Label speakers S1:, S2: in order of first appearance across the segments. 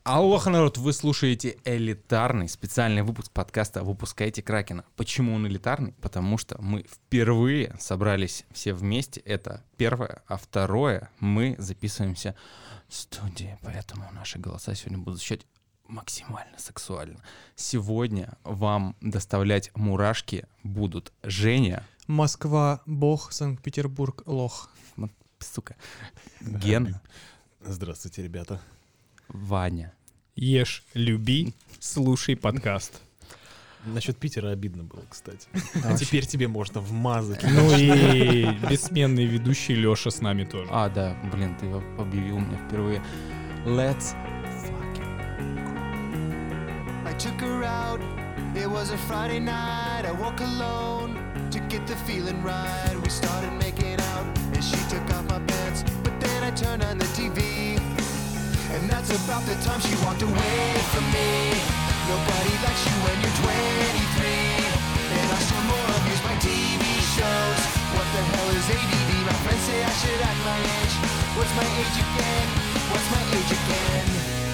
S1: Алло, народ, вы слушаете элитарный специальный выпуск подкаста «Выпускайте Кракена». Почему он элитарный? Потому что мы впервые собрались все вместе, это первое, а второе, мы записываемся в студии, поэтому наши голоса сегодня будут звучать максимально сексуально. Сегодня вам доставлять мурашки будут Женя.
S2: Москва, бог, Санкт-Петербург, лох.
S1: Сука. Ген.
S3: Здравствуйте, ребята.
S1: Ваня.
S4: Ешь, люби, слушай подкаст.
S3: Насчет Питера обидно было, кстати. А теперь тебе можно вмазать.
S4: Ну и бессменный ведущий Лёша с нами тоже.
S1: А, да, блин, ты его объявил мне впервые. Let's fucking go.
S5: I took her out, it was a Friday night. I woke alone to get the feeling right. We started making out and she took off my pants, but then I turned on the TV. And that's about the time she walked away from me. Nobody likes you when you're 23. And I still more abuse my TV shows. What the hell is ADD? My friends say I should act my age. What's my age again? What's my age again?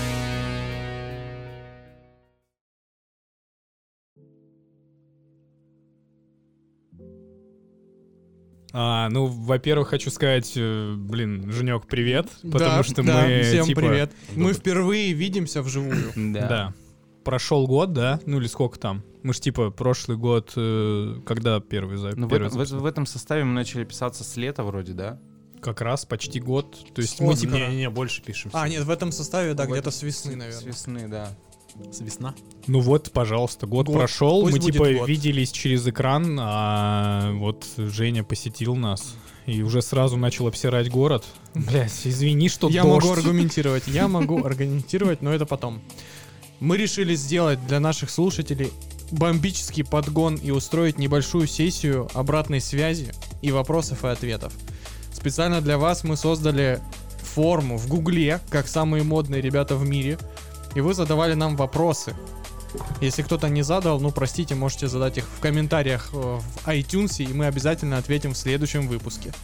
S4: Ну, во-первых, хочу сказать, Женек, привет, потому что
S2: да,
S4: мы,
S2: всем
S4: типа...
S2: привет. Мы впервые видимся вживую.
S4: Да. Прошел год, да? Ну или сколько там? Мы ж типа прошлый год, когда первый запись?
S1: Ну, в этом составе мы начали писаться с лета вроде, да?
S4: Как раз почти год. То есть
S2: Мы
S4: мы типа...
S3: Не, больше пишем.
S2: А, нет, в этом составе, да,
S1: В
S2: где-то
S1: этом-
S2: с весны, наверное.
S1: С весны, да.
S3: С весна.
S4: Ну вот, пожалуйста, год
S2: Год.
S4: прошел,
S2: Пусть
S4: мы
S2: будет
S4: типа
S2: год.
S4: виделись через экран, а вот Женя посетил нас и уже сразу начал обсирать город. Блять, извини, что
S2: Я
S4: дождь.
S2: могу аргументировать, но это потом. Мы решили сделать для наших слушателей бомбический подгон и устроить небольшую сессию обратной связи и вопросов и ответов. Специально для вас мы создали форму в Гугле, как самые модные ребята в мире, и вы задавали нам вопросы. Если кто-то не задал, ну простите, можете задать их в комментариях в iTunes, и мы обязательно ответим в следующем выпуске.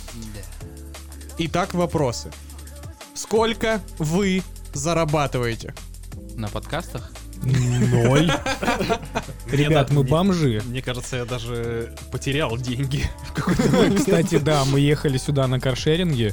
S2: Итак, вопросы. Сколько вы зарабатываете?
S1: На подкастах?
S4: 0. Ребят, мы бомжи.
S3: Мне кажется, я даже потерял деньги.
S4: Кстати, да, мы ехали сюда на каршеринге,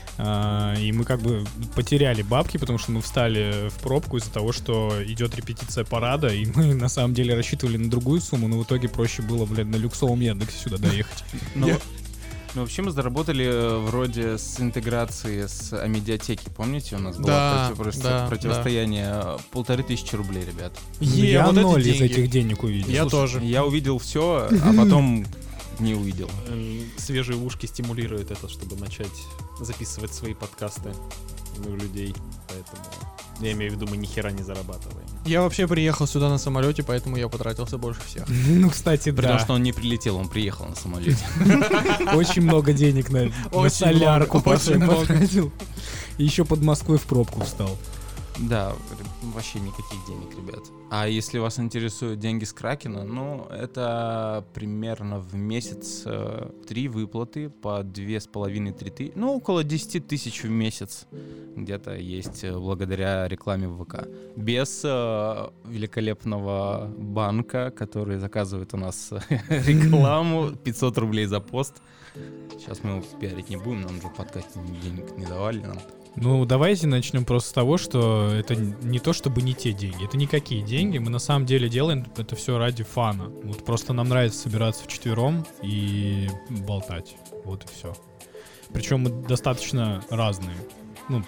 S4: и мы как бы потеряли бабки, потому что мы встали в пробку из-за того, что идет репетиция парада, и мы на самом деле рассчитывали на другую сумму, но в итоге проще было, на люксовом Яндексе сюда доехать.
S1: Ну, вообще мы заработали вроде с интеграцией с Амедиатеки. Помните, у нас было
S2: Да,
S1: противостояние 1500 рублей, ребят.
S4: Я
S2: вот эти
S4: 0 из
S2: деньги.
S4: этих денег увидел.
S2: Я тоже.
S1: Я увидел все, а потом не увидел.
S3: Свежие ушки стимулируют это, чтобы начать записывать свои подкасты у людей. Поэтому я имею в виду, мы ни хера не зарабатываем.
S2: Я вообще приехал сюда на самолете, поэтому я потратился больше всех.
S4: Ну, кстати,
S1: Потому
S4: да.
S1: что он не прилетел, он приехал на самолете.
S4: Очень много денег на
S2: Очень
S4: солярку
S2: много, очень много.
S4: потратил. И еще под Москвой в пробку встал.
S1: Да, вообще никаких денег, ребят. А если вас интересуют деньги с Кракена, ну, это примерно в месяц 3 выплаты по 2,5-3 тысячи, ну, около 10 тысяч в месяц где-то есть благодаря рекламе в ВК. Без великолепного банка, который заказывает у нас рекламу, 500 рублей за пост. Сейчас мы его пиарить не будем, нам же в подкасте денег не давали нам.
S4: Ну, давайте начнем просто с того, что это не то чтобы не те деньги, это никакие деньги, мы на самом деле делаем это все ради фана. Вот просто нам нравится собираться вчетвером и болтать, вот и все. Причем мы достаточно разные. Ну,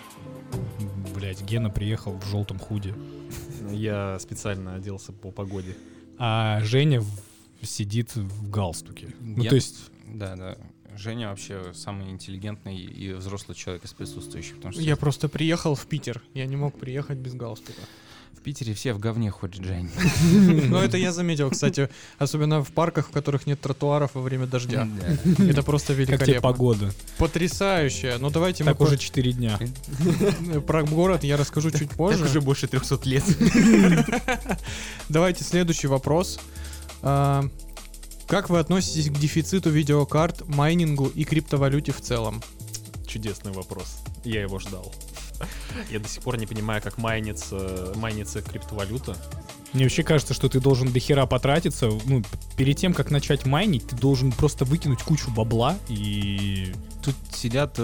S4: Гена приехал в желтом худи,
S3: Я специально оделся по погоде.
S4: а Женя сидит в галстуке. Ну, то есть...
S1: Да. Женя вообще самый интеллигентный и взрослый человек из присутствующих. Потому что
S2: Я просто приехал в Питер. Я не мог приехать без галстука.
S1: в Питере все в говне ходят, Жень.
S2: Но это я заметил, кстати, особенно в парках, в которых нет тротуаров во время дождя.
S1: Да.
S2: Это просто
S4: Как тебе
S2: великолепно.
S4: погода?
S2: Потрясающе. Ну давайте
S4: Так
S2: мы
S4: уже 4 дня.
S2: про город я расскажу чуть позже.
S1: Так уже больше 300 лет.
S2: Давайте следующий вопрос. Как вы относитесь к дефициту видеокарт, майнингу и криптовалюте в целом?
S3: Чудесный вопрос. Я его ждал. Я до сих пор не понимаю, как майнится криптовалюта.
S4: Мне вообще кажется, что ты должен дохера потратиться. Ну, перед тем, как начать майнить, ты должен просто выкинуть кучу бабла и...
S1: Тут сидят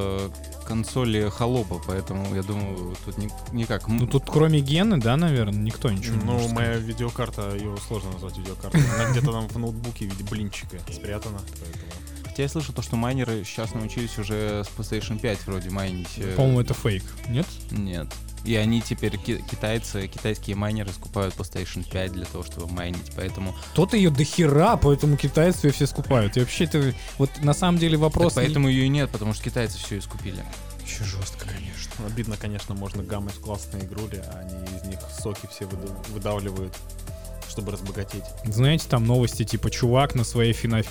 S1: консоли холопа, поэтому я думаю, тут никак.
S4: Ну, тут кроме Гены, да, наверное, никто ничего не
S3: Ну,
S4: может
S3: моя
S4: сказать.
S3: видеокарта, ее сложно назвать видеокартой. Она где-то там в ноутбуке в виде блинчика спрятана. Поэтому...
S1: Хотя я слышал то, что майнеры сейчас научились уже с PlayStation 5 вроде майнить.
S4: По-моему, это фейк, нет?
S1: Нет. И они теперь, китайские майнеры скупают PlayStation 5 для того, чтобы майнить, поэтому...
S4: Кто-то ее дохера, поэтому китайцы ее все скупают. И вообще это, вот на самом деле вопрос...
S1: Так поэтому ее и нет, потому что китайцы все искупили.
S4: Еще жестко, конечно.
S3: Обидно, конечно, можно гамать классные игрули, а они из них соки все выдавливают, чтобы разбогатеть.
S4: Знаете, там новости, типа, чувак на своей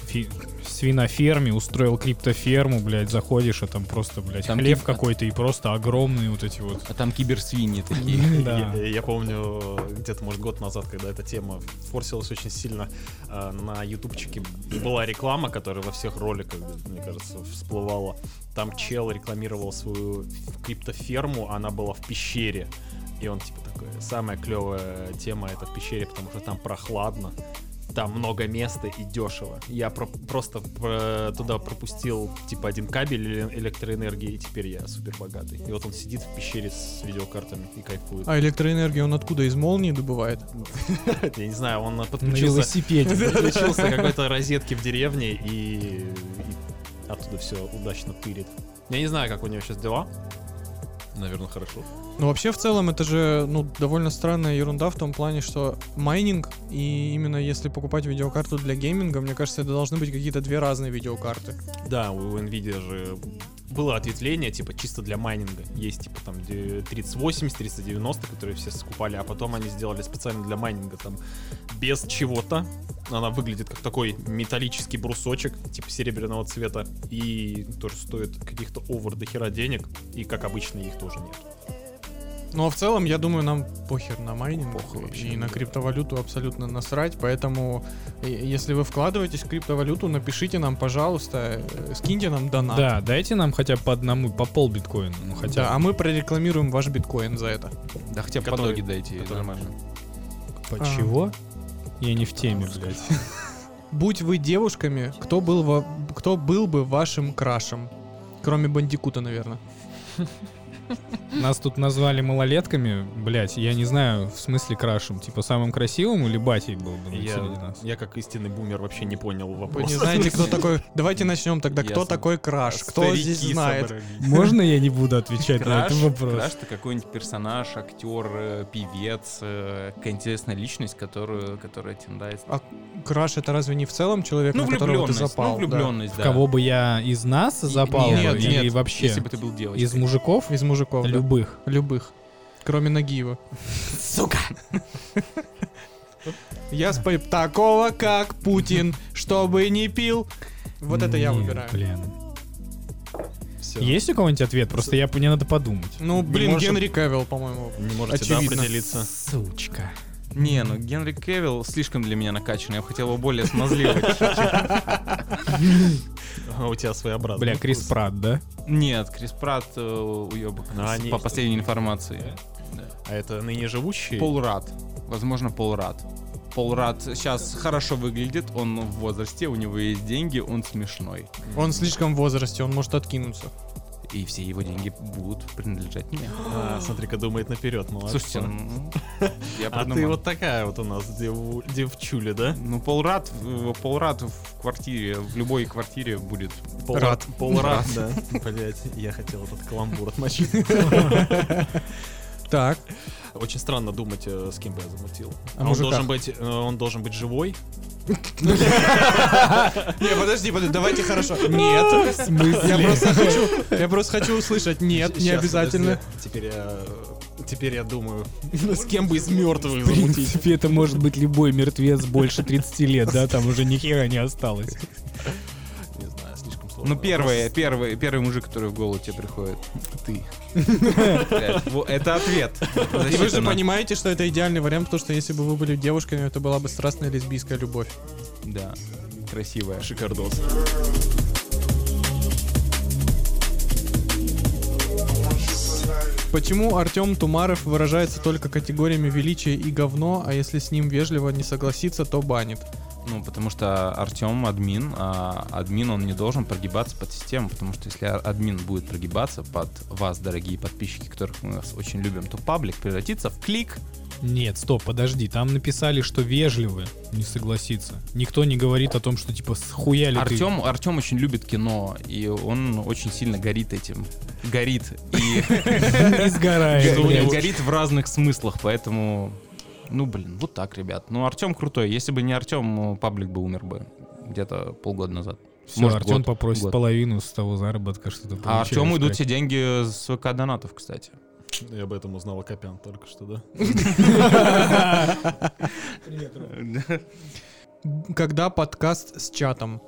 S4: свиноферме устроил криптоферму, блядь, заходишь, а там просто, блядь,
S1: Там
S4: хлеб какой-то и просто огромные вот эти вот...
S1: А там киберсвиньи такие.
S4: Да.
S3: Я помню, где-то, может, год назад, когда эта тема форсилась очень сильно, на ютубчике была реклама, которая во всех роликах, мне кажется, всплывала. Там чел рекламировал свою криптоферму, она была в пещере. И он типа такой, самая клевая тема это в пещере, потому что там прохладно, там много места и дешево. Я просто туда пропустил типа один кабель электроэнергии, и теперь я супер богатый. И вот он сидит в пещере с видеокартами и кайфует.
S2: А электроэнергию он откуда? Из молнии добывает?
S3: Я не знаю, он
S4: На
S3: подключился
S4: велосипеде.
S3: подключился к какой-то розетке в деревне и оттуда все удачно тырит. Я не знаю, как у него сейчас дела. Наверное, хорошо.
S2: Ну, вообще, в целом, это же, ну, довольно странная ерунда в том плане, что майнинг, и именно если покупать видеокарту для гейминга, мне кажется, это должны быть какие-то две разные видеокарты.
S3: Да, у Nvidia же было ответвление, типа, чисто для майнинга. Есть, типа, там, 3080, 390, которые все скупали, а потом они сделали специально для майнинга, там, без чего-то. Она выглядит как такой металлический брусочек, типа, серебряного цвета, и тоже стоит каких-то до хера денег, и, как обычно, их тоже нет.
S2: Но в целом, я думаю, нам похер на майнинг
S1: Похуй вообще,
S2: и на
S1: да.
S2: криптовалюту абсолютно насрать, поэтому если вы вкладываетесь в криптовалюту, напишите нам, пожалуйста, скиньте нам донат.
S4: Да, дайте нам хотя бы по одному, по пол биткоина. Ну, хотя
S2: Да,
S4: бы.
S2: а мы прорекламируем ваш биткоин за это.
S1: Да хотя бы
S3: Который-
S1: подоги дайте,
S3: который-
S1: нормально.
S4: По чего? Я не в теме, блядь.
S2: Будь вы девушками, кто был бы вашим крашем? Кроме Бандикута, наверное.
S4: Нас тут назвали малолетками, блядь, я не знаю, в смысле крашем, типа самым красивым или батей был бы среди нас?
S3: Я как истинный бумер вообще не понял
S2: Вы
S3: вопрос.
S2: не знаете, кто такой... Давайте начнем тогда. Кто
S1: Ясно.
S2: такой краш? Кто
S3: Старики
S2: здесь знает?
S3: собрались.
S4: Можно я не буду отвечать на
S1: Краш,
S4: этот вопрос?
S1: краш — это какой-нибудь персонаж, актер, певец, какая интересная личность, которая тебе нравится.
S2: А краш это разве не в целом человек,
S1: Ну,
S2: на которого ты
S1: влюбленность,
S2: запал?
S1: ну, влюбленность,
S4: В
S1: да.
S4: кого бы я из нас запал
S1: Нет,
S4: бы или
S2: нет,
S4: вообще?
S1: Если бы ты был девочкой.
S4: Из мужиков?
S2: Да. Из мужиков, да.
S4: Любых.
S2: Любых. Кроме Нагиева.
S1: Сука!
S2: Я спою такого, как Путин, чтобы не пил. Вот это я
S4: Нет,
S2: выбираю.
S4: Блин.
S3: Всё.
S4: Есть у кого-нибудь ответ? Просто мне надо подумать.
S2: Ну,
S3: Не
S2: блин,
S3: можем-
S2: Генри Кавилл, по-моему.
S3: Не можете, да,
S2: Очевидно.
S3: определиться?
S4: Сучка.
S1: Не, ну Генри Кевилл слишком для меня накачанный. Я бы хотел его более смазливый.
S3: А у тебя своеобразный
S4: Бля, Крис
S3: вкус.
S4: Пратт, да?
S1: Нет, Крис Пратт уебок.
S3: Ну, они-
S1: По последней информации.
S3: А это ныне живущий?
S1: Пол Рад. Возможно, Пол Рад. Пол Рад сейчас хорошо выглядит, он в возрасте, у него есть деньги, он смешной.
S2: Он слишком в возрасте, он может откинуться.
S1: И все его деньги будут принадлежать мне.
S3: А, смотри-ка, думает наперед, молодец.
S1: Слушайте, ну, я
S3: А ты
S1: продумал.
S3: вот такая вот у нас девчуля, да?
S1: Ну, Пол Рад в квартире, в любой квартире будет.
S2: Рад.
S3: Полрад, да. Блять, я хотел этот каламбур отмочить.
S2: Так.
S3: Очень странно думать, с кем бы я замутил.
S2: О
S3: Он
S2: мужиках.
S3: должен быть живой.
S2: Не, подожди, давайте хорошо. Нет. Я просто хочу услышать. Нет, не
S3: Щас,
S2: обязательно.
S3: подожди. Теперь я думаю, с кем бы из мертвых
S4: В
S3: замутить.
S4: принципе, это может быть любой мертвец больше 30 лет, да? Там уже ни хера не осталось.
S3: Не знаю, слишком сложно.
S1: Ну, первый мужик, который в голову тебе приходит. Ты. Блядь, это ответ.
S2: И вы же
S1: Засчитано.
S2: понимаете, что это идеальный вариант, потому что если бы вы были девушками, это была бы страстная лесбийская любовь.
S1: Да, красивая.
S3: Шикардос.
S5: I want you for life.
S2: Почему Артем Тумаров выражается только категориями величия и говно, а если с ним вежливо не согласится, то банит?
S1: Ну, потому что Артем админ, а админ, он не должен прогибаться под систему, потому что если админ будет прогибаться под вас, дорогие подписчики, которых мы вас очень любим, то паблик превратится в клик.
S4: Нет, стоп, подожди, там написали, что вежливы, не согласиться. Никто не говорит о том, что типа схуяли ты.
S1: Артем очень любит кино, и он очень сильно горит этим. Горит. И
S4: Не сгорает. блядь.
S1: горит в разных смыслах, поэтому... Ну, блин, вот так, ребят. Ну, Артем крутой. Если бы не Артем, паблик бы умер бы где-то полгода назад.
S4: Все,
S1: Может,
S4: Артем
S1: год.
S4: попросит половину с того заработка, что ты
S1: А
S4: получаешь.
S1: Артему идут все деньги с ВК-донатов, кстати.
S3: Я об этом узнал Акопян только что, да?
S2: Когда подкаст с чатом?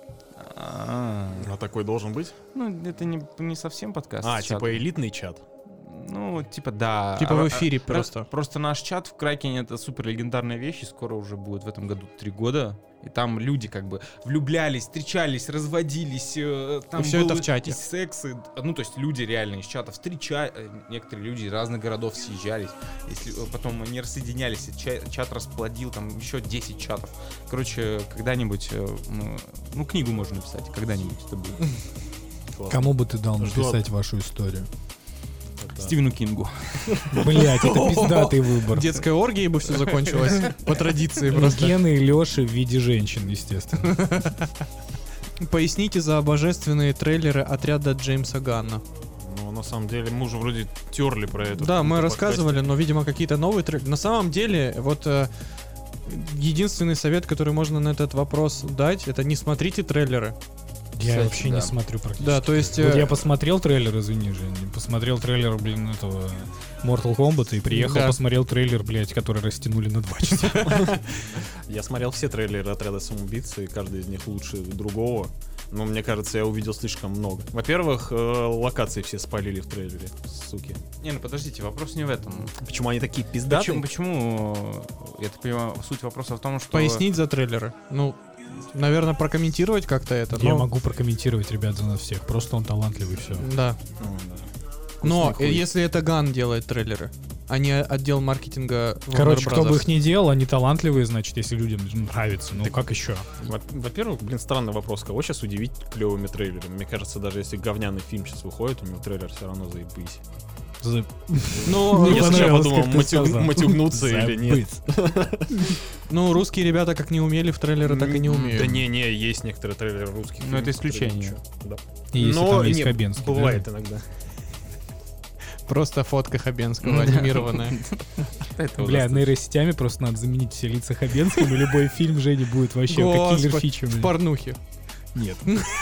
S3: А такой должен быть?
S1: Ну, это не совсем подкаст.
S3: А,
S1: с чатом.
S3: типа элитный чат.
S1: Ну, типа, да.
S2: Типа в эфире просто.
S1: Просто наш чат в Кракене — это супер легендарная вещь, и скоро уже будет в этом году 3 года. И там люди как бы влюблялись, встречались, разводились. Там
S2: И всё это в чате.
S1: И сексы. Ну, то есть люди реально из чата встречались. Некоторые люди из разных городов съезжались. Если потом они рассоединялись, и чат расплодил, там еще 10 чатов. Короче, когда-нибудь, ну, книгу можно написать, когда-нибудь это будет.
S3: Классно.
S4: Кому бы ты дал
S3: Жду
S4: написать вашу историю?
S3: Это-
S1: Стивену Кингу.
S4: Блять, это пиздатый выбор.
S2: Детской оргией бы все закончилось. По традиции просто.
S4: Гены и Лёши в виде женщин, естественно.
S2: Поясните за божественные трейлеры отряда Джеймса Ганна.
S3: Ну, на самом деле, мы уже вроде терли про это.
S2: Да,
S3: в
S2: мы
S3: каком-то
S2: рассказывали, но, видимо, какие-то новые трейлеры. На самом деле, вот единственный совет, который можно на этот вопрос дать, это не смотрите трейлеры.
S4: Я
S1: Кстати,
S4: вообще
S1: да.
S4: не смотрю практически.
S2: Да, то есть...
S4: Вот я посмотрел трейлер, извини, Жень, посмотрел трейлер, блин, этого Mortal Kombat и приехал,
S2: Да.
S4: посмотрел трейлер, блядь, который растянули на 2 часа.
S3: Я смотрел все трейлеры отряда самоубийц, и каждый из них лучше другого. Но мне кажется, я увидел слишком много. Во-первых, локации все спалили в трейлере, суки.
S1: Не, ну подождите, вопрос не в этом.
S3: Почему они такие пиздатые?
S1: Почему, я так понимаю, суть вопроса в том, что...
S2: Пояснить за трейлеры. Ну, наверное, прокомментировать как-то это.
S4: Я
S2: но-
S4: могу прокомментировать, ребят, за нас всех. Просто он талантливый, все.
S2: Да.
S3: Ну, да.
S2: Но
S3: Вкусный хуй.
S2: если это Ган делает трейлеры, а не отдел маркетинга Warner
S4: Короче, кто бы
S2: Brothers.
S4: их ни делал, они талантливые, значит, если людям нравится. Ну, как еще?
S3: Во-первых, блин, странный вопрос. Кого сейчас удивить клевыми трейлерами? Мне кажется, даже если говняный фильм сейчас выходит, у него трейлер все равно заебись.
S2: Ну,
S3: Я сначала
S4: понравилось,
S3: подумал,
S4: как ты сказал.
S3: матюгнуться или нет.
S2: ну, русские ребята как не умели в трейлеры, так и не умеют.
S3: Да не, есть некоторые трейлеры русских.
S1: Ну,
S3: фильмов,
S1: это исключение.
S3: которые ничего. Да.
S4: И если там есть
S3: не,
S4: Хабенский. да?
S3: бывает иногда.
S2: Просто фотка Хабенского анимированная.
S4: Бля, нейросетями просто надо заменить все лица Хабенским, и любой фильм Жени будет вообще как киллер
S2: Господи,
S4: фича.
S2: в порнухе.
S4: Нет.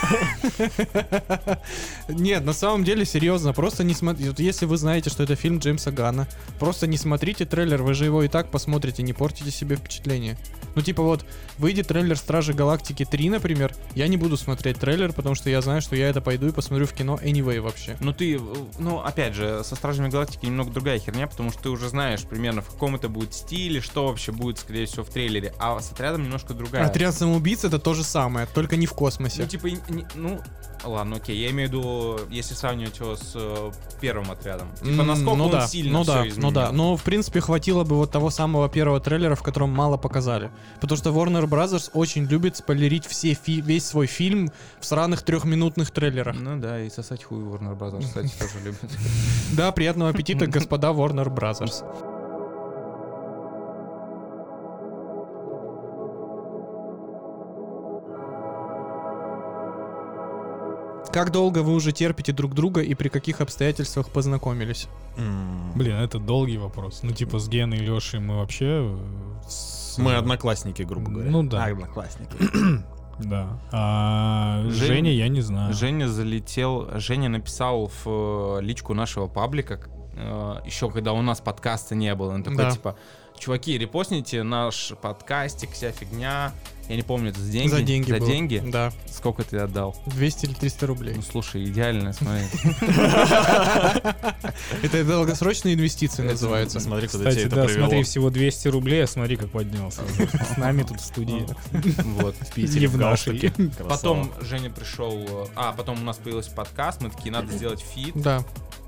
S2: Нет, на самом деле, серьезно, просто не смотрите. Если вы знаете, что это фильм Джеймса Ганна, просто не смотрите трейлер, вы же его и так посмотрите, не портите себе впечатление. Ну, типа вот, выйдет трейлер Стражи Галактики 3, например, я не буду смотреть трейлер, потому что я знаю, что я это пойду и посмотрю в кино anyway вообще.
S1: Ну, опять же, со Стражами Галактики немного другая херня, потому что ты уже знаешь примерно, в каком это будет стиле, что вообще будет, скорее всего, в трейлере, а с отрядом немножко другая.
S2: Отряд самоубийц это то же самое, только не в космосе.
S1: Ну, типа, ну, ладно, окей, я имею в виду, если сравнивать его с первым отрядом. Типа, насколько
S2: ну
S1: он
S2: да,
S1: сильно
S2: ну
S1: все
S2: да,
S1: изменил.
S2: ну да. Но, в принципе, хватило бы вот того самого первого трейлера, в котором мало показали. Потому что Warner Brothers очень любит спойлерить весь свой фильм в сраных 3-минутных трейлерах.
S1: Ну да, и сосать хуй Warner Brothers, кстати, тоже любят.
S2: Да, приятного аппетита, господа Warner Brothers. Как долго вы уже терпите друг друга и при каких обстоятельствах познакомились?
S4: Блин, это долгий вопрос. Ну, типа, с Геной и Лешей мы вообще...
S3: Мы одноклассники, грубо говоря.
S4: Ну да.
S3: Одноклассники.
S4: Да. А Женя, я не знаю.
S1: Женя написал в личку нашего паблика, еще когда у нас подкаста не было, он такой,
S2: Да.
S1: типа, чуваки, репостните наш подкастик, вся фигня. Я не помню, это за деньги?
S2: За деньги
S1: За
S2: был.
S1: деньги?
S2: Да.
S1: Сколько ты отдал?
S2: 200 или 300 рублей.
S1: Ну, слушай, идеально, смотри.
S2: Это долгосрочные инвестиции называется.
S3: Смотри, куда
S4: Кстати,
S3: тебя это
S4: да,
S3: привело.
S4: смотри, всего 200 рублей, а смотри, как поднялся. С нами тут в студии.
S1: Вот.
S3: В Питере,
S4: Не
S3: в
S4: в нашей.
S3: галстуке.
S1: Потом Женя пришел, потом у нас появился подкаст, мы такие, надо сделать фит.
S2: Да.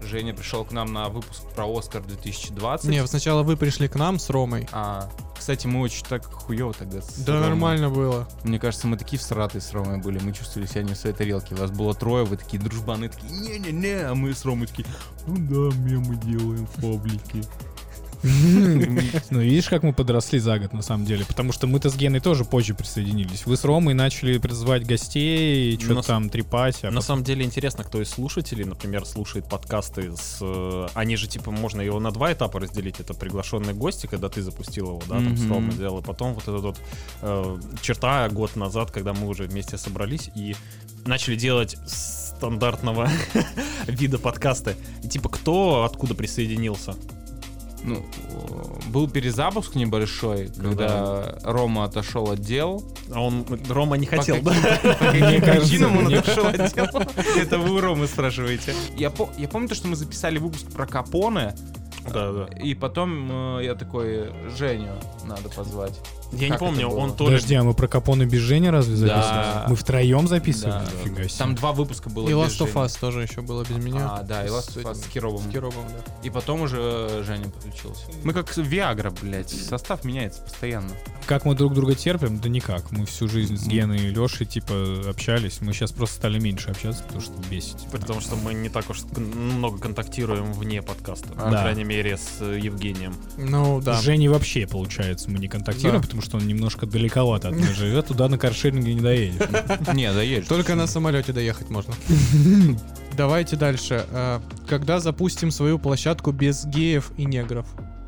S1: Женя пришел к нам на выпуск про Оскар 2020.
S2: Не, сначала вы пришли к нам с Ромой.
S1: Кстати, мы очень так хуёво тогда с
S2: Да,
S1: Ромой.
S2: нормально было.
S1: Мне кажется, мы такие всратые с Ромой были. Мы чувствовали себя не в своей тарелке. Вас было трое, вы такие дружбаны, такие не-не-не, а мы с Ромой такие, ну да, мемы делаем в паблике.
S4: Ну, видишь, как мы подросли за год, на самом деле. Потому что мы-то с Геной тоже позже присоединились. Вы с Ромой начали призывать гостей, что-то там трепать.
S3: На самом деле интересно, кто из слушателей, например, слушает подкасты Они же, типа, можно его на два этапа разделить. Это приглашенные гости, когда ты запустил его, да, там с Ромой делал. И потом вот эта вот черта год назад, когда мы уже вместе собрались и начали делать стандартного вида подкасты. И типа, кто откуда присоединился?
S1: Ну, был перезапуск небольшой, когда Рома отошел от дел.
S3: А Рома не хотел, да?
S1: По каким причинам он отошел от дел? Это вы у Ромы спрашиваете. Я помню то, что мы записали выпуск про Капоне.
S3: Да.
S1: И потом я такой, Женю надо позвать.
S3: Я не помню, он то ли...
S4: Подожди, а мы про Капоне без Жени разве записывали?
S1: Да.
S4: Мы втроем записывали?
S1: Да.
S4: Нифига себе.
S1: Там 2 выпуска было
S2: И
S1: без
S2: Last of
S1: Жени.
S2: Us тоже еще было без меня.
S1: Да, и Last of Us с Кировым.
S2: С Кировым, да.
S1: И потом уже Женя подключился. Мы как Виагра, блядь. Состав меняется постоянно.
S4: Как мы друг друга терпим? Да никак. Мы всю жизнь с Геной и Лешей, типа, общались. Мы сейчас просто стали меньше общаться, потому что бесит.
S3: Потому что мы не так уж много контактируем вне подкаста. По
S4: Да.
S3: крайней мере, с Евгением.
S2: Ну, да.
S4: С Женей вообще, получается, мы не контактируем,
S2: Да.
S4: потому что он немножко далековато от нас живет. Туда на каршеринге не доедешь.
S1: Не, доедешь.
S2: Только на самолете доехать можно. Давайте дальше. Когда запустим свою площадку без геев и негров?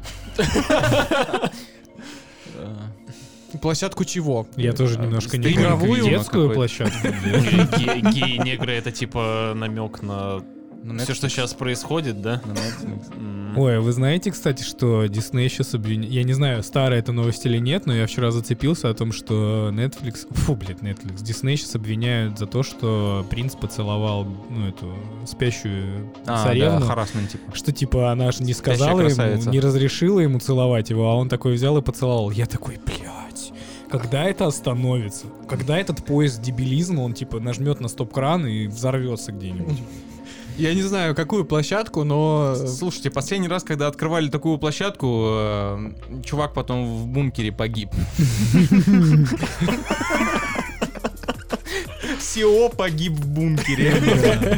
S2: Площадку чего?
S4: Я тоже немножко не
S2: Игровую?
S4: понял. Детскую
S1: Какой-то.
S4: площадку.
S3: Геи, негры — это типа намек на все, что сейчас происходит, да?
S1: На Netflix.
S4: Ой, вы знаете, кстати, что Disney сейчас обвиняет... Я не знаю, старая это новость или нет, но я вчера зацепился о том, что Netflix... Disney сейчас обвиняют за то, что принц поцеловал, эту спящую царевну.
S1: Да, харассмент типа.
S4: Что типа она же не
S1: Спящая
S4: сказала ему,
S1: красавица.
S4: не разрешила ему целовать его, а он такой взял и поцеловал. Я такой, блядь, когда это остановится? Когда этот поезд дебилизма, он типа нажмет на стоп-кран и взорвется где-нибудь?
S2: Я не знаю, какую площадку, но...
S1: Слушайте, последний раз, когда открывали такую площадку, чувак потом в бункере погиб. Сио погиб в бункере.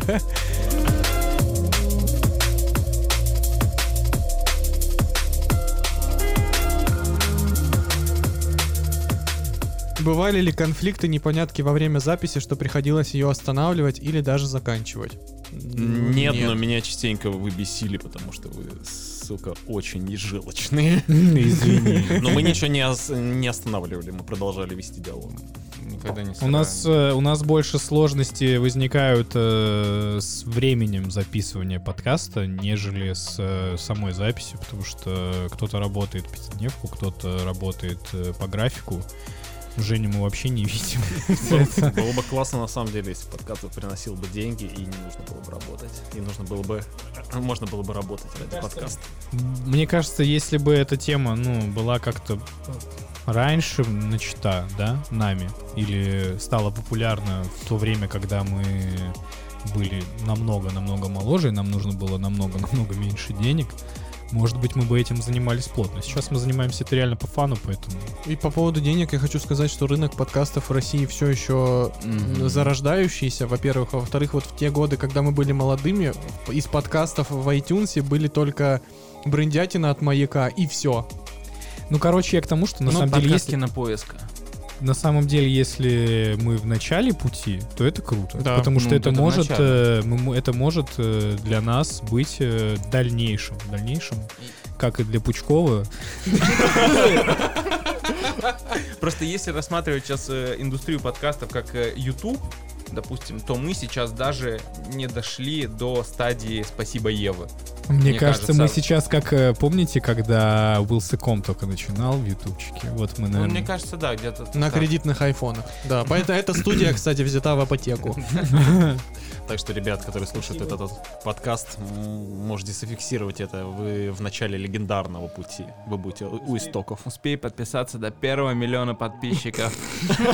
S2: Бывали ли конфликты, непонятки во время записи, что приходилось ее останавливать или даже заканчивать?
S3: Нет, но меня частенько вы бесили, потому что вы, сука, очень желчные.
S4: Извини.
S3: Но мы ничего не останавливали, мы продолжали вести диалог.
S1: Никогда не
S4: У нас больше сложности возникают с временем записывания подкаста, нежели с самой записью, потому что кто-то работает пятидневку, кто-то работает по графику. Женю мы вообще не видим.
S3: Было бы классно, на самом деле, если подкаст приносил бы деньги, и не нужно было бы работать. И можно было бы работать ради подкаста.
S4: Мне кажется, если бы эта тема, была как-то раньше начата, да, нами, или стала популярна в то время, когда мы были намного-намного моложе, и нам нужно было намного-намного меньше денег, может быть, мы бы этим занимались плотно. Сейчас мы занимаемся это реально по фану, поэтому...
S2: И по поводу денег я хочу сказать, что рынок подкастов в России все еще зарождающийся, во-первых. А во-вторых, вот в те годы, когда мы были молодыми, из подкастов в iTunes были только брендятина от Маяка, и все.
S4: Короче, я к тому, что на самом деле,
S1: подкаст Кинопоиска.
S4: на самом деле, если мы в начале пути, то это круто.
S2: Да,
S4: потому что это
S1: это
S4: может,
S1: начало.
S4: это может для нас быть дальнейшим, как и для Пучкова.
S1: Просто если рассматривать сейчас индустрию подкастов как YouTube, допустим, то мы сейчас даже не дошли до стадии «Спасибо, Ева».
S4: Мне
S1: Мне
S4: кажется,
S1: кажется,
S4: мы сейчас, как помните, когда Wylsacom только начинал в ютубчике? Вот мы,
S1: Ну,
S4: наверное...
S1: мне кажется, да, где-то
S2: На
S1: так.
S2: кредитных айфонах. Да, поэтому эта студия, кстати, взята в ипотеку.
S3: Так что, ребят, которые слушают этот подкаст, можете зафиксировать это. Вы в начале легендарного пути. Вы будете у истоков.
S1: Успей подписаться до 1 миллиона подписчиков.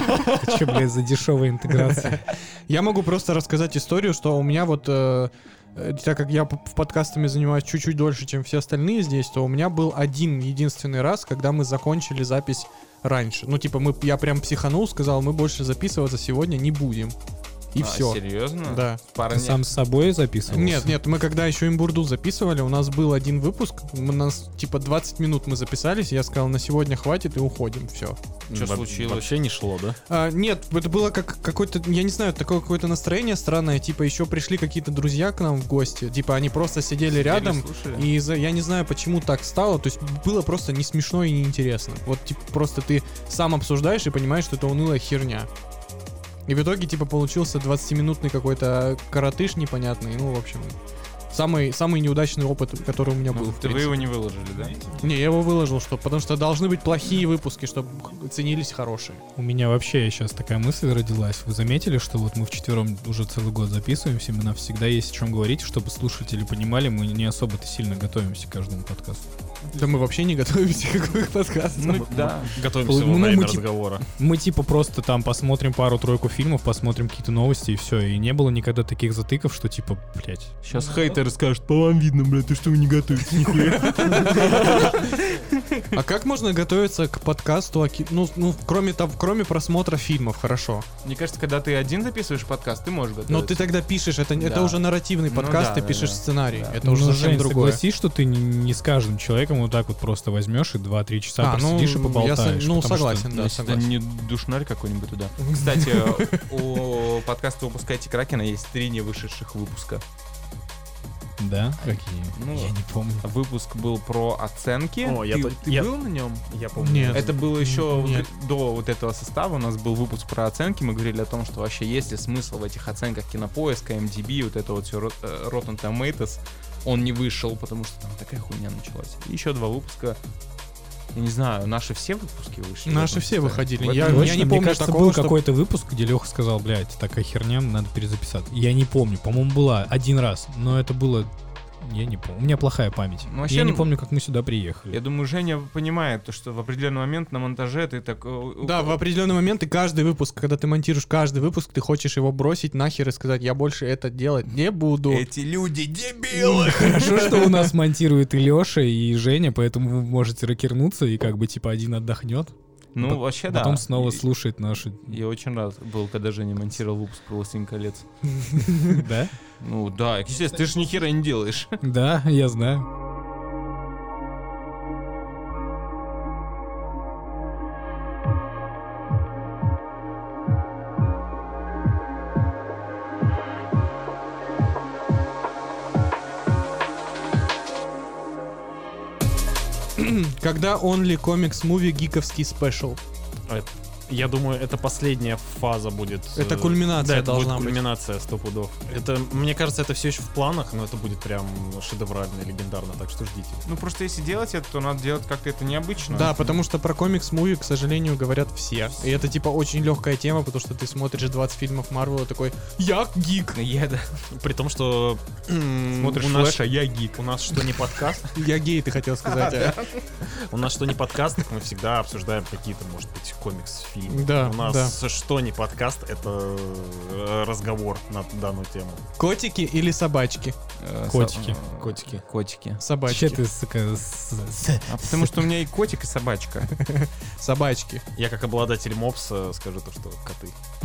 S4: Что, блядь, за дешевая интеграция?
S2: Я могу просто рассказать историю, что у меня вот так как я подкастами занимаюсь чуть-чуть дольше, чем все остальные здесь, то у меня был один единственный раз, когда мы закончили запись раньше. Ну, типа, я прям психанул, сказал, мы больше записываться сегодня не будем. И все.
S1: Серьезно?
S2: Да.
S4: Ты сам с собой записывался?
S2: Нет, мы когда еще имбурду записывали, у нас был один выпуск, у нас типа 20 минут мы записались, я сказал, на сегодня хватит и уходим, все.
S1: Что случилось?
S3: Вообще не шло, да?
S2: Нет, это было как какое-то, я не знаю, такое какое-то настроение странное, типа еще пришли какие-то друзья к нам в гости, типа они просто сидели рядом,
S1: слушали?
S2: и я не знаю, почему так стало, то есть было просто не смешно и не интересно. Вот типа просто ты сам обсуждаешь и понимаешь, что это унылая херня. И в итоге, типа, получился 20-минутный какой-то коротыш непонятный. Ну, в общем, самый неудачный опыт, который у меня был.
S1: Вы его не выложили, да?
S2: Не, я его выложил, потому что должны быть плохие выпуски, чтобы ценились хорошие.
S4: У меня вообще сейчас такая мысль родилась. Вы заметили, что вот мы вчетвером уже целый год записываемся, нам всегда есть о чем говорить, чтобы слушатели понимали, мы не особо-то сильно готовимся к каждому подкасту.
S2: Да мы вообще не готовимся к какому подкасту.
S1: Ну, да.
S3: Готовимся во
S4: Ну,
S3: время
S4: мы типа-
S3: разговора.
S4: Мы типа просто там посмотрим пару-тройку фильмов, посмотрим какие-то новости и все. И не было никогда таких затыков, что типа, блять.
S1: Сейчас хейтеры скажут, по вам видно, блядь, ты что, вы не готовитесь нихуя?
S2: А как можно готовиться к подкасту? Кроме просмотра фильмов, хорошо.
S1: Мне кажется, когда ты один записываешь подкаст, ты можешь готовиться.
S2: Но ты тогда пишешь, это
S1: Да.
S2: уже нарративный
S1: Ну
S2: подкаст,
S1: да,
S2: ты
S1: да,
S2: пишешь
S1: да.
S2: сценарий.
S1: Да.
S2: Это уже совсем
S4: Жень,
S2: другое.
S4: согласись, что ты не с каждым человеком вот так вот просто возьмешь и 2-3 часа просидишь и поболтаешь. потому что-
S2: согласен, да,
S1: Если это
S2: согласен.
S1: не душнарь какой-нибудь туда. Кстати, у подкаста «Выпускайте Кракена» есть 3 невышедших выпуска.
S4: Да? Какие?
S1: Ну,
S4: Я не помню.
S1: Выпуск был про оценки.
S3: О,
S1: Ты был на нем?
S3: Я помню.
S2: Нет.
S1: Это было еще
S2: Нет.
S1: до вот этого состава. У нас был выпуск про оценки. Мы говорили о том, что вообще есть ли смысл в этих оценках Кинопоиска, MDB, вот это вот все Rotten Tomatoes. Он не вышел, потому что там такая хуйня началась. И еще 2 выпуска. Я не знаю, наши все выпуски вышли?
S2: Наши все выходили.
S1: В
S2: Я
S1: этом-
S4: Точно,
S2: не
S4: мне
S2: помню
S4: кажется,
S2: такого,
S4: был
S2: что-
S4: какой-то выпуск, где Леха сказал, блядь, такая херня, надо перезаписать. Я не помню, по-моему, была один раз, но это было... Я не помню. У меня плохая память.
S1: Ну, вообще,
S4: Я не помню, как мы сюда приехали.
S1: Я думаю, Женя понимает, то, что в определенный момент на монтаже ты так...
S2: Да, в определенный момент и каждый выпуск, когда ты монтируешь каждый выпуск, ты хочешь его бросить нахер и сказать, я больше это делать не буду.
S1: Эти люди дебилы!
S4: Хорошо, что у нас монтирует и Леша, и Женя, поэтому вы можете рокернуться, и как бы типа один отдохнет,
S1: Ну, вообще, да.
S4: потом снова
S1: И-
S4: слушает наши...
S1: Я очень рад был, когда Женя монтировал выпуск про «Властелин колец».
S4: Да?
S1: Ну да, естественно, ты же ни хера не делаешь.
S4: Да, я знаю.
S2: Когда Only Comics Movie гиковский спешл?
S3: Я думаю, это последняя фаза будет.
S2: Это кульминация
S3: да, это
S2: должна
S3: будет
S2: быть.
S3: кульминация 100 пудов. Это, мне кажется, это все еще в планах, но это будет прям шедеврально, легендарно, так что ждите.
S1: Ну просто если делать это, то надо делать как-то это необычно.
S2: Да, потому что про комикс муви, к сожалению, говорят все. И это типа очень легкая тема, потому что ты смотришь 20 фильмов Марвела такой, я гик,
S1: Я, да.
S3: При том, что
S1: Смотришь
S3: у нас,
S1: Флэша, я гик.
S3: у нас что не подкаст,
S2: я гей, ты хотел сказать.
S3: у нас что не подкаст, так мы всегда обсуждаем какие-то, может быть, комикс-фильмы.
S2: Да,
S3: У нас
S2: да.
S3: что не подкаст, это разговор на данную тему.
S2: Котики или собачки?
S4: Котики.
S3: Котики.
S1: Котики.
S2: Собачки.
S4: Че ты, сука,
S1: А потому что у меня и котик, и собачка.
S2: Собачки.
S3: Я как обладатель мопса скажу то, что коты.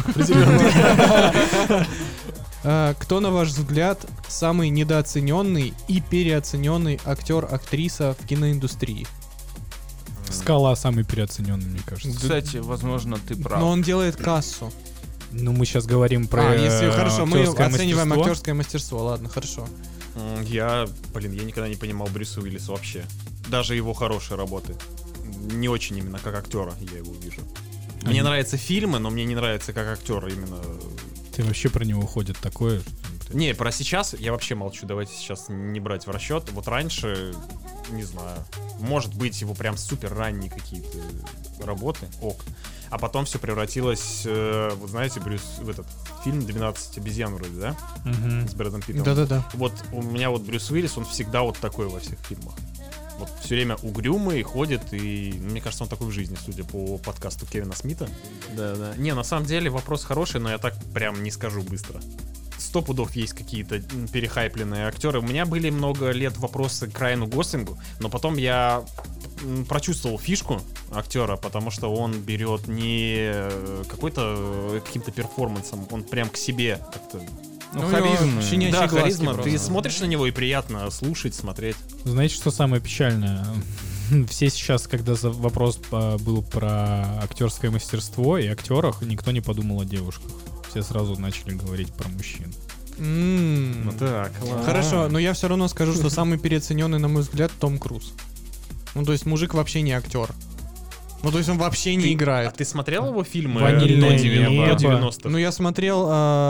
S2: Кто, на ваш взгляд, самый недооцененный и переоцененный актер-актриса в киноиндустрии?
S4: Скала самый переоцененный, мне кажется.
S1: Кстати, возможно, ты прав.
S2: Но он делает кассу.
S4: Ну, мы сейчас говорим про
S2: Если хорошо, мы
S4: актерское
S2: оцениваем
S4: мастерство.
S2: актерское мастерство. Ладно, хорошо.
S3: Я никогда не понимал Брюса Уиллиса вообще. Даже его хорошие работы. Не очень именно как актера я его вижу. Мне нравятся фильмы, но мне не нравится как актер именно.
S4: Ты вообще про него ходит такое?
S3: Не, про сейчас я вообще молчу. Давайте сейчас не брать в расчет. Вот раньше, не знаю, может быть его прям супер ранние какие-то работы, ок. А потом все превратилось, вот знаете, Брюс, в этот фильм «12 обезьян» вроде, да?
S4: Мгм.
S3: С Брэдом Питтом.
S2: Да-да-да.
S3: Вот у меня вот Брюс Уиллис, он всегда вот такой во всех фильмах. Вот все время угрюмый, ходит, и мне кажется, он такой в жизни, судя по подкасту Кевина Смита. Да. Не, на самом деле вопрос хороший, но я так прям не скажу быстро. 100 пудов есть какие-то перехайпленные актеры. У меня были много лет вопросы к Райану Гослингу, но потом я прочувствовал фишку актера, потому что он берет не каким-то перформансом, он прям к себе как-то.
S1: Ну, харизма.
S3: Да, харизма. Ты смотришь на него и приятно слушать, смотреть.
S4: Знаете, что самое печальное? Все сейчас, когда вопрос был про актерское мастерство и актерах, никто не подумал о девушках. Все сразу начали говорить про мужчин.
S3: Ну так, ладно.
S2: Хорошо, но я все равно скажу, что самый переоцененный, на мой взгляд, Том Круз. Ну, то есть мужик вообще не актер. Ну, то есть он вообще не играет.
S3: А ты смотрел его фильмы
S4: «Ванильное
S3: до
S4: небо»?
S3: 90-х?
S2: Ну, я смотрел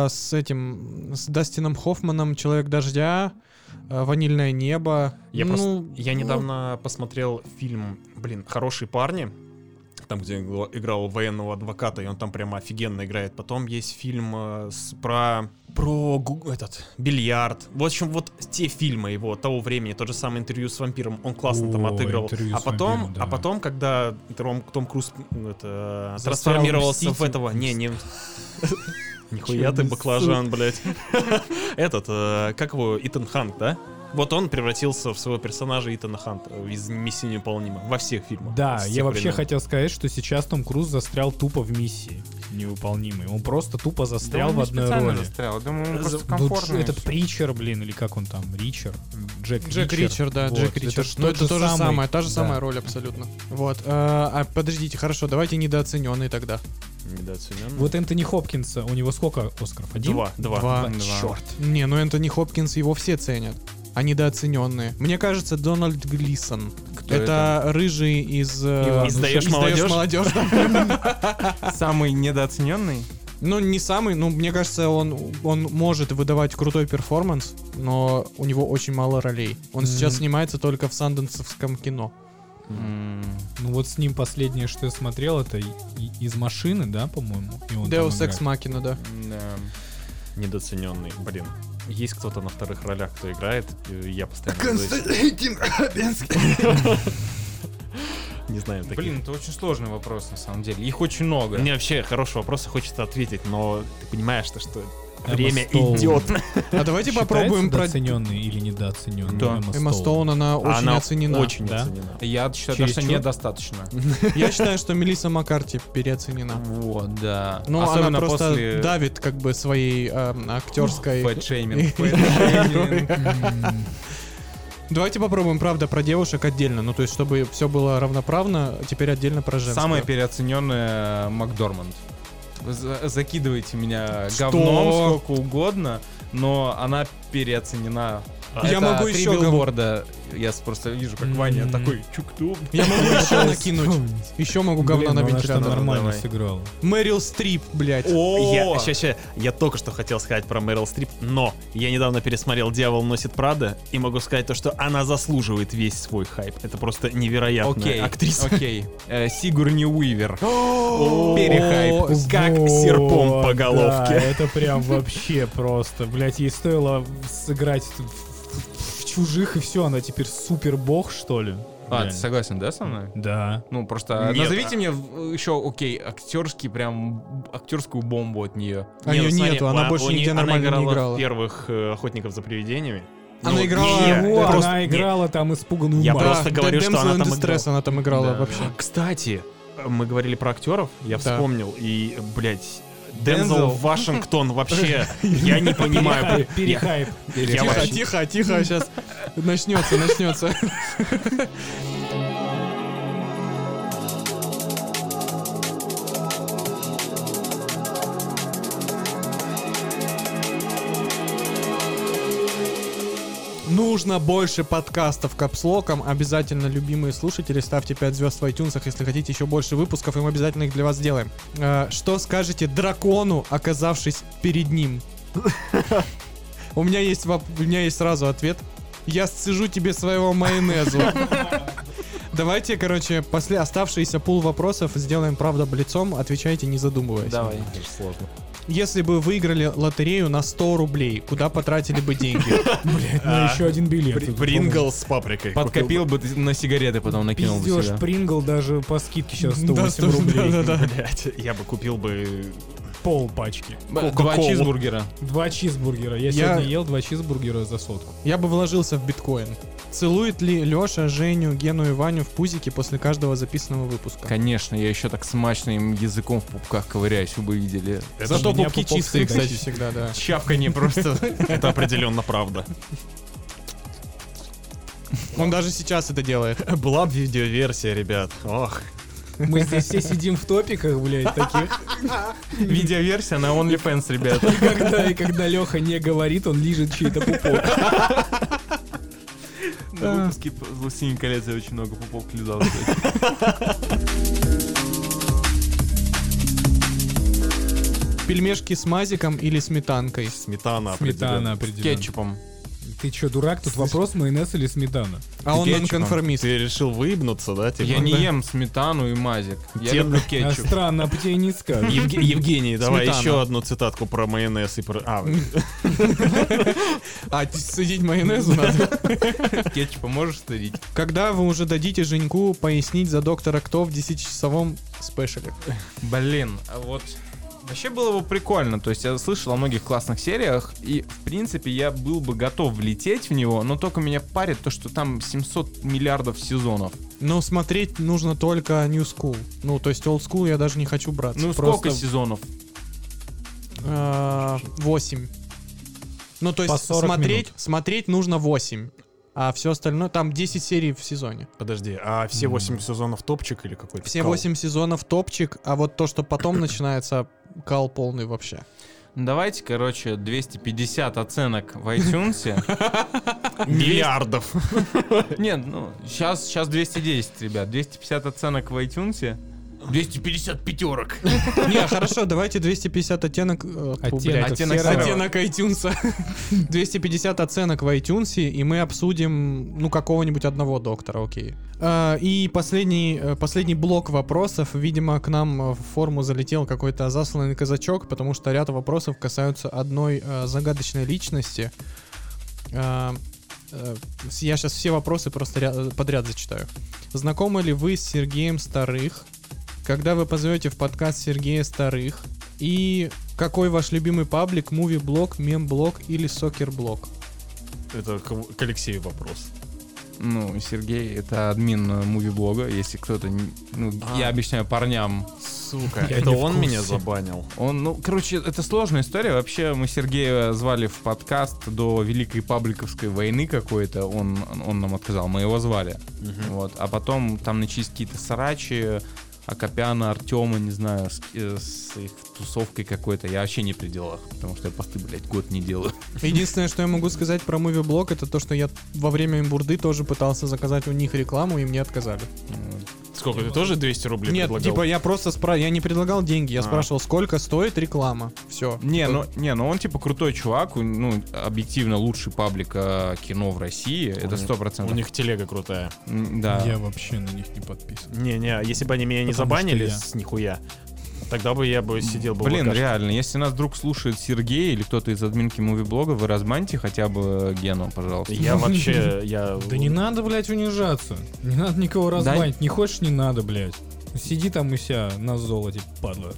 S2: с Дастином Хоффманом «Человек дождя», «Ванильное небо».
S3: Я недавно посмотрел фильм, хорошие парни. Там, где играл военного адвоката, и он там прямо офигенно играет. Потом есть фильм про бильярд. В общем, вот те фильмы его того времени, тот же самый «Интервью с вампиром», он классно там отыгрывал. А потом, когда Том Круз трансформировался в этого... Нихуя ты баклажан, блядь. Как его, Итан Хант, да? Вот он превратился в своего персонажа Итана Ханта из «Миссии невыполнима» во всех фильмах.
S4: Да, я вообще хотел сказать, что сейчас Том Круз застрял тупо в «Миссии невыполнимой». Он просто тупо застрял в одной роли.
S1: Думаю, он просто комфортно.
S4: Этот Притчер, или как он там, Джек
S2: Ричер, да,
S4: вот,
S2: Джек Ричер. Ну, это то же самое, та же самая роль абсолютно. Вот. Подождите, хорошо, давайте недооцененный тогда.
S3: Недооцененный?
S4: Вот Энтони Хопкинса, у него сколько Оскаров? Один?
S2: Два.
S4: Черт.
S2: Не, ну Энтони Хопкинс, его все ценят. А недооцененные. Мне кажется, Дональд Глисон. Это рыжий из...
S3: «Издаешь молодежь».
S1: Самый недооцененный?
S2: Ну, не самый, но мне кажется, он может выдавать крутой перформанс, но у него очень мало ролей. Он сейчас снимается только в санденсовском кино.
S4: Ну вот с ним последнее, что я смотрел, это «Из машины», да, по-моему?
S2: Deus Ex Machina, да.
S3: Недооцененный, Есть кто-то на вторых ролях, кто играет, я постоянно...
S1: Константин Хабенский.
S3: Не знаю.
S1: Это очень сложный вопрос, на самом деле. Их очень много.
S3: Мне вообще хороший вопрос, хочется ответить, но ты понимаешь, что время идет.
S2: А давайте попробуем
S4: недооцененный или недооцененный.
S2: Эмма Стоун, она очень оценена.
S3: Очень оценена.
S1: Я считаю, что недостаточно.
S2: Я считаю, что Мелисса Маккарти переоценена.
S1: Вот, да.
S2: Ну, она просто давит как бы своей актерской...
S1: Фэтшейминг.
S2: Давайте попробуем, правда, про девушек отдельно. Ну, то есть, чтобы все было равноправно, теперь отдельно про женскую.
S1: Самая переоцененная Макдорманд. Закидывайте меня говном сколько угодно, но она переоценена.
S2: Я могу еще
S1: билборда. Я просто вижу, как Ваня такой чук-тук.
S2: Я могу еще накинуть. Еще могу говна на вентилятор.
S4: Нормально сыграл.
S2: Мэрил Стрип, блядь.
S3: Я только что хотел сказать про Мэрил Стрип, но я недавно пересмотрел «Дьявол носит Прада» и могу сказать то, что она заслуживает весь свой хайп. Это просто невероятная актриса.
S1: Окей. Сигурни Уивер. Перехайп.
S3: Как серпом по головке.
S4: Это прям вообще просто. Блядь, ей стоило сыграть в «Чужих», и все, она теперь супер бог, что ли?
S1: Ты согласен, да, со мной?
S4: Да.
S1: Ну, просто назовите мне еще, актерскую бомбу от нее.
S2: А ее нету, она больше нигде нормально не играла.
S3: В первых «Охотников за привидениями».
S2: Она играла...
S4: Она играла там испуганную
S3: Я
S4: мать.
S3: просто говорю, что она там играла.
S2: Она там играла вообще.
S3: Кстати, мы говорили про актеров, я вспомнил, и, блядь, Дензел Вашингтон вообще, я не понимаю.
S4: Перехайп.
S2: Тихо, сейчас начнется. Нужно больше подкастов капслоком. Обязательно, любимые слушатели, ставьте 5 звезд в iTunes, если хотите еще больше выпусков, и мы обязательно их для вас сделаем. Что скажете дракону, оказавшись перед ним? У меня есть сразу ответ. Я сцежу тебе своего майонезу. Давайте, после оставшиеся пул вопросов сделаем правда блицом. Отвечайте, не задумываясь.
S1: Давай.
S3: Это сложно.
S2: Если бы выиграли лотерею на 100 рублей, куда потратили бы деньги?
S4: Блять, на еще один билет.
S3: Прингл с паприкой.
S1: Подкопил бы на сигареты, потом накинул бы себя.
S4: Прингл даже по скидке сейчас 108 рублей.
S3: Блять, я бы купил бы
S4: пол пачки.
S1: 2 чизбургера.
S4: 2 чизбургера. Я сегодня ел 2 чизбургера за сотку.
S2: Я бы вложился в биткоин. Целует ли Леша Женю, Гену и Ваню в пузике после каждого записанного выпуска?
S1: Конечно, я еще так смачным языком в пупках ковыряюсь, вы бы видели.
S2: Зато
S4: у меня
S2: пупки
S4: пупок
S2: чистые,
S4: всегда
S2: кстати, всегда, да.
S1: Чавканье просто.
S3: Это определенно правда.
S2: Он даже сейчас это делает.
S3: Была бы видеоверсия, ребят. Ох.
S4: Мы здесь все сидим в топиках, блядь, таких.
S1: Видеоверсия на OnlyFans, ребят.
S4: И когда Леха не говорит, он лижет чей-то пупок.
S1: На выпуске «Властелин колец» я очень много пупок лизал.
S2: Пельмешки с мазиком или сметанкой?
S3: Сметана.
S4: Сметана
S1: С
S4: определенно.
S1: кетчупом.
S4: Ты чё, дурак? Тут вопрос майонез или сметана?
S2: А он
S1: кетчупом.
S2: нонконформист.
S3: Ты решил выебнуться, да? Типа?
S1: Я не ем сметану и мазик. Я
S3: Дед-
S1: люблю
S4: А
S1: кетчуп.
S4: странно, а по тебе не скажешь.
S3: Евгений, давай
S2: Сметана.
S3: еще одну цитатку про майонез и про...
S2: Садить майонезу надо.
S1: Кетчупа можешь стырить?
S2: Когда вы уже дадите Женьку пояснить за доктора Кто в 10-часовом спешале?
S1: Блин, а вот... Вообще было бы прикольно, то есть я слышал о многих классных сериях, и в принципе я был бы готов влететь в него, но только меня парит то, что там 700 миллиардов сезонов.
S2: Но смотреть нужно только New School. Ну, то есть Old School я даже не хочу браться.
S1: Ну сколько сезонов?
S2: 8. Ну, то
S4: По
S2: есть
S4: 40 минут.
S2: смотреть нужно 8. А все остальное, там 10 серий в сезоне.
S3: Подожди, а все 8 сезонов топчик или какой-то
S2: Все
S3: кал?
S2: 8 сезонов топчик, а вот то, что потом начинается, кал полный вообще.
S1: Давайте, короче, 250 оценок в iTunes.
S3: Миллиардов.
S1: Нет, ну, сейчас 210, ребят. 250 оценок в iTunes. 250 пятерок.
S2: Не, хорошо, давайте 250 оттенок...
S4: Оттенок
S1: серого.
S2: Оттенок iTunes. 250 оценок в iTunes, и мы обсудим, ну, какого-нибудь одного доктора, окей. И последний блок вопросов. Видимо, к нам в форму залетел какой-то засланный казачок, потому что ряд вопросов касаются одной загадочной личности. Я сейчас все вопросы просто подряд зачитаю. Знакомы ли вы с Сергеем Старых? Когда вы позовете в подкаст Сергея Старых? И какой ваш любимый паблик? Муви-блог, мем-блог или сокер-блог?
S3: Это к Алексею вопрос.
S1: Ну, Сергей — это админ муви-блога, если кто-то... Ну, я объясняю парням.
S3: Сука,
S4: Я
S3: это
S4: не в
S3: он
S4: курсе.
S3: меня забанил.
S1: Он, ну, короче, это сложная история. Вообще, мы Сергея звали в подкаст до Великой Пабликовской войны какой-то. Он нам отказал, мы его звали. Вот. А потом там начались какие-то срачи, Акопяна, Артема, не знаю, с их тусовкой какой-то. Я вообще не при делах, потому что я посты, блядь, год не делаю.
S2: Единственное, что я могу сказать про муви-блог, это то, что я во время имбурды тоже пытался заказать у них рекламу, и мне отказали.
S3: Сколько, ты тоже 200 рублей
S2: Нет,
S3: предлагал?
S2: типа я просто я не предлагал деньги, я
S3: А.
S2: спрашивал, сколько стоит реклама. Все.
S1: Ну он типа крутой чувак, ну, объективно лучший паблик кино в России, это 100%.
S3: У них телега крутая.
S1: Да.
S4: Я вообще на них не подписан.
S3: Не, если бы они меня не
S4: Потому
S3: забанили
S4: что я.
S3: с нихуя, тогда бы я бы сидел бы в
S1: Блин,
S3: ВКшке.
S1: реально, если нас вдруг слушает Сергей или кто-то из админки муви-блога, вы разманьте хотя бы Гену, пожалуйста.
S3: Я вообще, я...
S4: Да не надо, блядь, унижаться. Не надо никого разбанить. Не хочешь, не надо, блядь. Сиди там у себя на золоте, падла.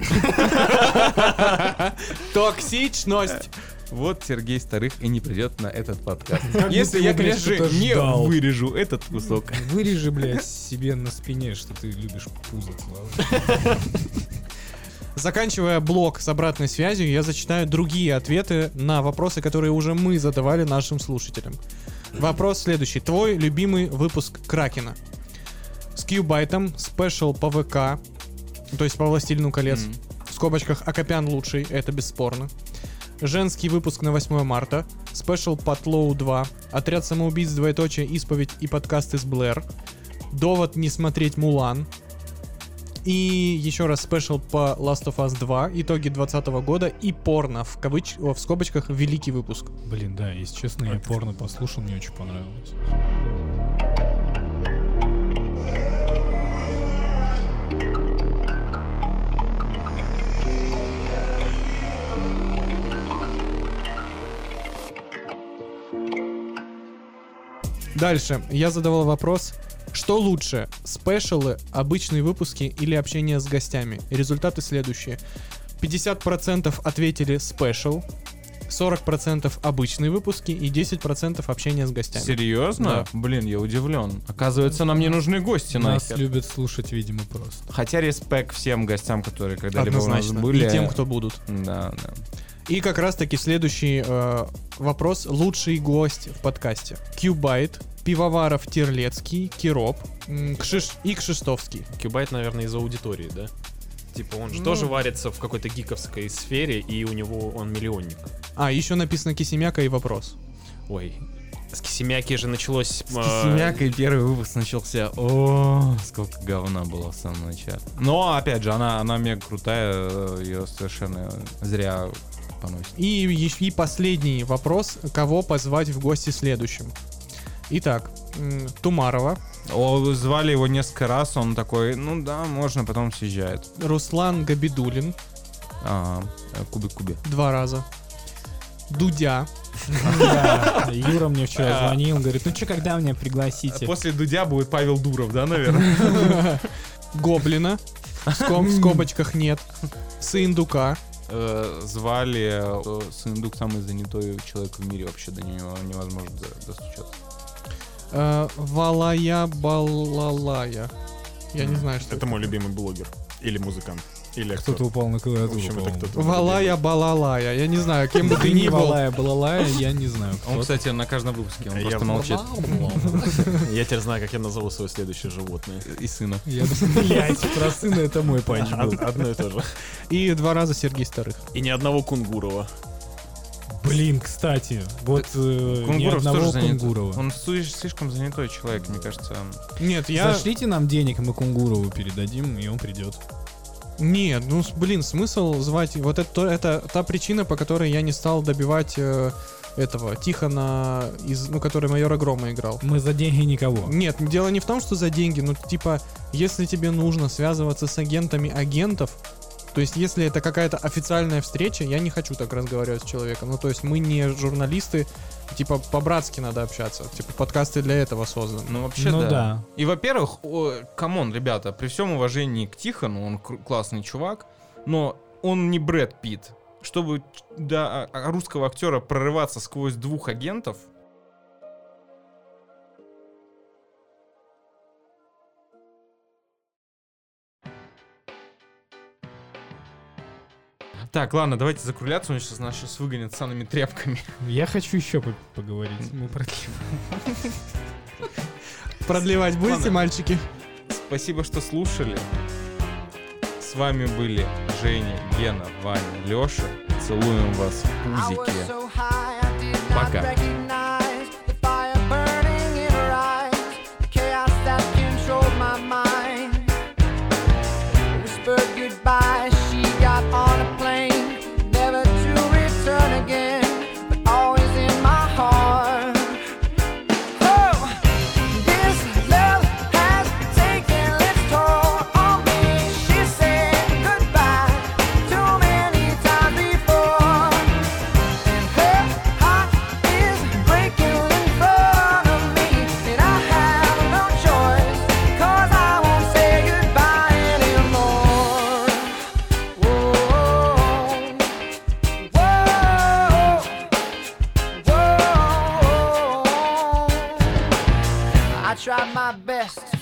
S2: Токсичность.
S1: Вот Сергей Старых и не придет на этот подкаст.
S4: Как
S1: Если
S4: будто
S1: я,
S4: его, блядь,
S1: конечно же,
S4: кто-то
S1: не
S4: ждал.
S1: вырежу этот кусок.
S4: Вырежи, блядь, себе на спине, что ты любишь пузо целовать.
S2: Заканчивая блок с обратной связью, я зачитаю другие ответы на вопросы, которые уже мы задавали нашим слушателям. Вопрос следующий. Твой любимый выпуск Кракена? С Кьюбайтом, спешл по ВК, то есть по Властелину колец. В скобочках Акопян лучший, это бесспорно. Женский выпуск на 8 марта. Спешл по Тлоу 2. Отряд самоубийц, двоеточие, исповедь и подкаст из Блэр. Довод не смотреть Мулан. И еще раз спешл по Last of Us 2, итоги 2020 года и порно, в скобочках великий выпуск.
S4: Блин, да, если честно, я порно послушал, мне очень понравилось.
S2: Дальше я задавал вопрос, что лучше, спешалы, обычные выпуски или общение с гостями? Результаты следующие. 50% ответили special, 40% обычные выпуски и 10% общения с гостями.
S1: Серьезно?
S2: Да.
S1: Блин, я удивлен. Оказывается, нам не нужны гости
S4: Нас
S1: нахер.
S4: любят слушать, видимо, просто.
S1: Хотя респект всем гостям, которые когда-либо у нас
S2: Однозначно.
S1: были.
S2: И тем, кто будут.
S1: Да, да.
S2: И как раз-таки следующий вопрос. Лучший гость в подкасте. Кьюбайт, Пивоваров Терлецкий, Кироп и Кшиштовский.
S3: Кьюбайт, наверное, из аудитории, да? Типа он же тоже варится в какой-то гиковской сфере, и у него он миллионник.
S2: А, еще написано Кисемяка и вопрос.
S3: Ой. С Кисемяки же началось...
S1: С Кисемякой первый выпуск начался. О, сколько говна было в самом начале. Но, опять же, она мега крутая, ее совершенно зря поносит.
S2: И последний вопрос. Кого позвать в гости следующим? Итак, Тумарова,
S1: Звали его несколько раз, он такой, ну да, можно, потом съезжает.
S2: Руслан Габидуллин
S1: Кубик-кубе.
S2: 2 раза, Дудя,
S4: Да, Юра мне вчера звонил, говорит, ну что, когда меня пригласите?
S1: После Дудя будет Павел Дуров, да, наверное?
S2: Гоблина, в скобочках нет, Сындука,
S1: Звали Сындук, самый занятой человек в мире, вообще до него невозможно достучаться.
S2: Валая Балалая. Я не знаю, что
S3: Это мой любимый блогер. Или музыкант. Или актер.
S4: Кто-то упал на
S3: В
S4: клавиатуру,
S3: общем, это
S4: по-моему.
S3: кто-то.
S2: Валая Балалая. Я не знаю, кем бы ты ни был.
S4: Валая, балалая, я не знаю.
S1: Он,
S4: кто.
S1: кстати, на каждом выпуске, он
S3: Я
S1: просто
S3: в-
S1: молчит.
S3: Я теперь знаю, как я назову свое следующее животное.
S1: И сына.
S4: Я думаю, блядь, про сына это мой панч был.
S3: Одно и то же.
S2: И 2 раза Сергей Старых.
S3: И ни одного Кунгурова.
S4: Блин, кстати, вот ни
S1: Кунгуров
S4: одного
S1: тоже занят.
S4: Кунгурова.
S1: Он слишком занятой человек, мне кажется.
S2: Нет, я...
S4: Зашлите нам денег, мы Кунгурову передадим, и он придет.
S2: Нет, ну, блин, смысл звать... Вот это та причина, по которой я не стал добивать этого Тихона, который Майора Грома играл.
S4: Мы за деньги никого.
S2: Нет, дело не в том, что за деньги, ну, типа, если тебе нужно связываться с агентами агентов, то есть, если это какая-то официальная встреча, я не хочу так разговаривать с человеком. Ну, то есть, мы не журналисты, типа, по-братски надо общаться. Типа, подкасты для этого созданы.
S1: Ну, вообще,
S4: Ну
S1: да.
S4: да.
S1: И, во-первых, камон, ребята, при всем уважении к Тихону, он классный чувак, но он не Брэд Питт. Чтобы до русского актера прорываться сквозь 2 агентов, Так, ладно, давайте закругляться, он сейчас нас выгонят санными тряпками.
S4: Я хочу еще поговорить. Мы продлим.
S2: Продлевать будете,
S1: Ладно.
S2: мальчики?
S1: Спасибо, что слушали. С вами были Женя, Гена, Ваня, Леша. Целуем вас в пузике. Пока.
S5: Goodbye, she got on a plane, never to return again, but always in my heart. Oh, this love has taken its toll on me. She said goodbye too many times before, and her heart is breaking in front of me, and I have no choice, 'cause I won't say goodbye anymore. I tried my best